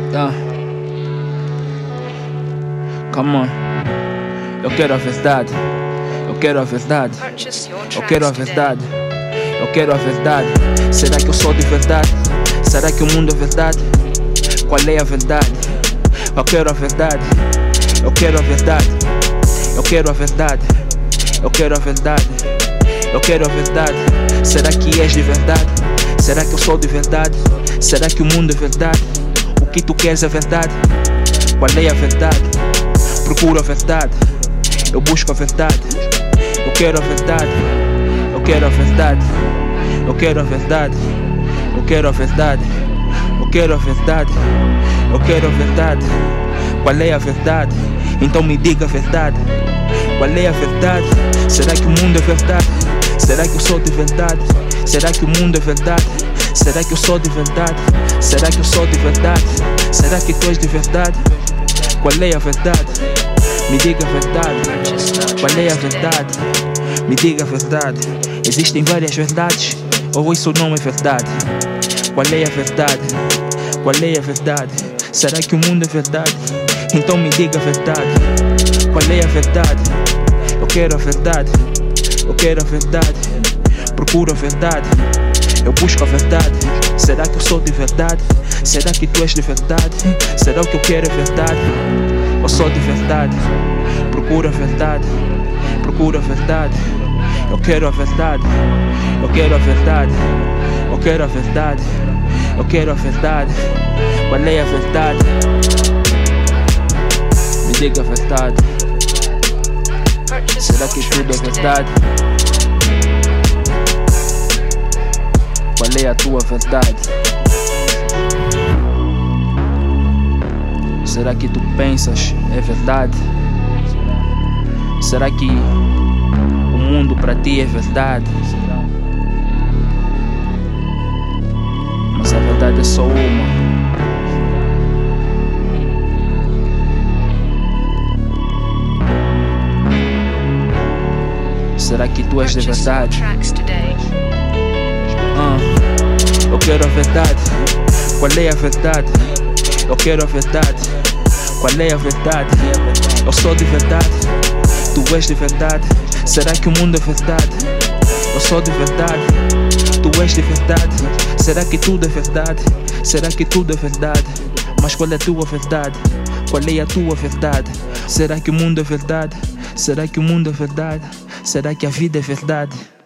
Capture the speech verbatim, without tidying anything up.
Yeah. Come on. Eu quero a verdade. Eu quero a verdade. Eu quero a verdade. Eu quero a verdade. Será que eu sou de verdade? Será que o mundo é verdade? Qual é a verdade? Eu quero a verdade. Eu quero a verdade. Eu quero a verdade. Eu quero a verdade. Eu quero a verdade. Será que és de verdade? Será que eu sou de verdade? Será que o mundo é verdade? O que tu queres é verdade? Qual é a verdade? Procuro a verdade. Eu busco a verdade. Eu quero a verdade. Eu quero a verdade. Eu quero a verdade. Eu quero a verdade. Eu quero a verdade. Eu quero a verdade. Qual é a verdade? Então me diga a verdade. Qual é a verdade? Será que o mundo é verdade? Será que eu sou de verdade? Será que o mundo é verdade? Será que eu sou de verdade? Será que eu sou de verdade? Será que tu és de verdade? Qual é a verdade? Me diga a verdade. Qual é a verdade? Me diga a verdade. Existem várias verdades, ou isso não é verdade? Qual é a verdade? Qual é a verdade? Será que o mundo é verdade? Então me diga a verdade. Qual é a verdade? Eu quero a verdade. Eu quero a verdade. Procuro a verdade. Eu busco a verdade. Será que eu sou de verdade? Será que tu és de verdade? Será que eu quero é verdade? Eu sou de verdade. Procuro a verdade. Procuro a verdade. Eu quero a verdade. Eu quero a verdade. Eu quero a verdade. Eu quero a verdade. Qual é a verdade? Me diga a verdade. Será que tudo é verdade? Qual é a tua verdade? Será que tu pensas é verdade? Será que o mundo para ti é verdade? Mas a verdade é só uma. Será que tu és de verdade? Ah, eu quero a verdade. Qual é a verdade? Eu quero a verdade. Qual é a verdade? Eu sou de verdade. Tu és de verdade. Será que o mundo é verdade? Eu sou de verdade. Tu és de verdade. Será que tudo é verdade? Será que tudo é verdade? Mas qual é a tua verdade? Qual é a tua verdade? Será que o mundo é verdade? Será que o mundo é verdade? Será que a vida é verdade?